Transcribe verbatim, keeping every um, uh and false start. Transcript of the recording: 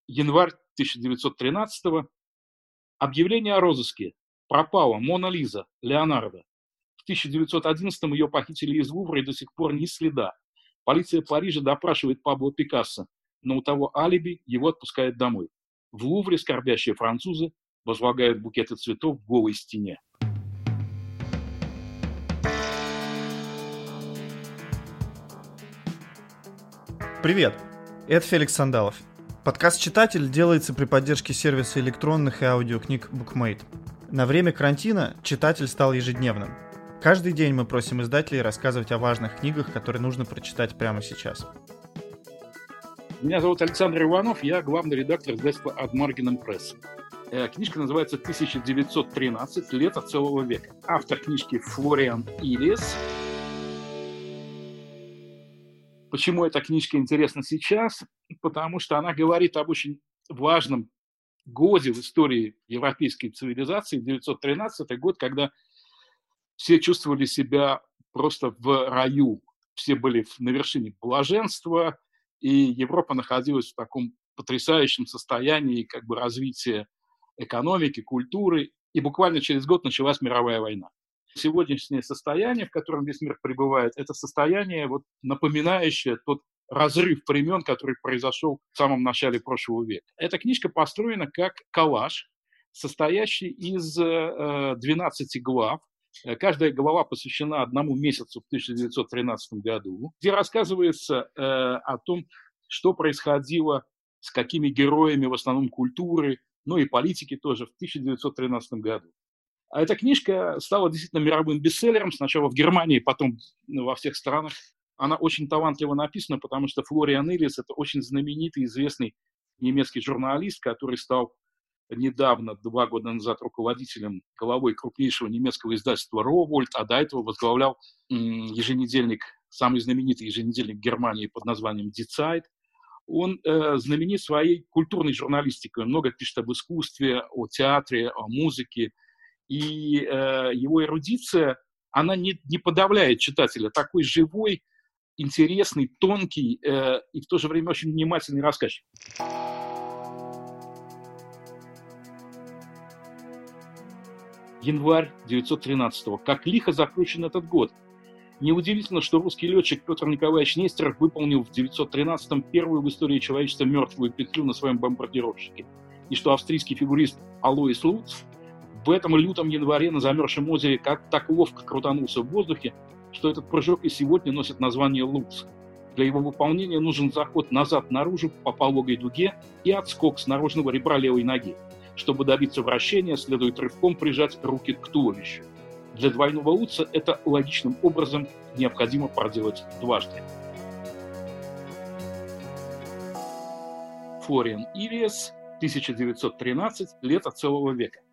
Январь тысяча девятьсот тринадцатого. Объявление о розыске. Пропала Мона Лиза Леонардо. В тысяча девятьсот одиннадцатом ее похитили из Лувра, и до сих пор ни следа. Полиция Парижа допрашивает Пабло Пикассо, но у того алиби, его отпускают домой. В Лувре скорбящие французы возлагают букеты цветов к голой стене. Привет, это Феликс Сандалов. Подкаст «Читатель» делается при поддержке сервиса электронных и аудиокниг BookMate. На время карантина «Читатель» стал ежедневным. Каждый день мы просим издателей рассказывать о важных книгах, которые нужно прочитать прямо сейчас. Меня зовут Александр Иванов, я главный редактор издательства Ad Marginem Press. Книжка называется тысяча девятьсот тринадцать. Лето целого века. Автор книжки Флориан Ильес. Почему эта книжка интересна сейчас? Потому что она говорит об очень важном годе в истории европейской цивилизации. девятьсот тринадцатый год, когда все чувствовали себя просто в раю. Все были на вершине блаженства, и Европа находилась в таком потрясающем состоянии как бы развития экономики, культуры. И буквально через год началась мировая война. Сегодняшнее состояние, в котором весь мир пребывает, это состояние, вот, напоминающее тот разрыв времен, который произошел в самом начале прошлого века. Эта книжка построена как коллаж, состоящий из э, двенадцати глав. Каждая глава посвящена одному месяцу в тысяча девятьсот тринадцатом году, где рассказывается э, о том, что происходило с какими героями, в основном культуры, ну и политики тоже, в тысяча девятьсот тринадцатом году. А эта книжка стала действительно мировым бестселлером, сначала в Германии, потом во всех странах. Она очень талантливо написана, потому что Флориан Ильес – это очень знаменитый, известный немецкий журналист, который стал недавно, два года назад, руководителем, главой крупнейшего немецкого издательства «Ровольт», а до этого возглавлял еженедельник, самый знаменитый еженедельник Германии под названием «Die Zeit». Он э, знаменит своей культурной журналистикой. Он много пишет об искусстве, о театре, о музыке. И э, его эрудиция, она не, не подавляет читателя. Такой живой, интересный, тонкий э, и в то же время очень внимательный рассказчик. Январь девятьсот тринадцатого. Как лихо закручен этот год. Неудивительно, что русский летчик Петр Николаевич Нестеров выполнил в девятьсот тринадцатом первую в истории человечества мертвую петлю на своем бомбардировщике. И что австрийский фигурист Алоис Лутц в этом лютом январе на замерзшем озере как так ловко крутанулся в воздухе, что этот прыжок и сегодня носит название Лутц. Для его выполнения нужен заход назад наружу по пологой дуге и отскок с наружного ребра левой ноги. Чтобы добиться вращения, следует рывком прижать руки к туловищу. Для двойного Лутца это логичным образом необходимо проделать дважды. Флориан Ильес, тысяча девятьсот тринадцать. Лето целого века.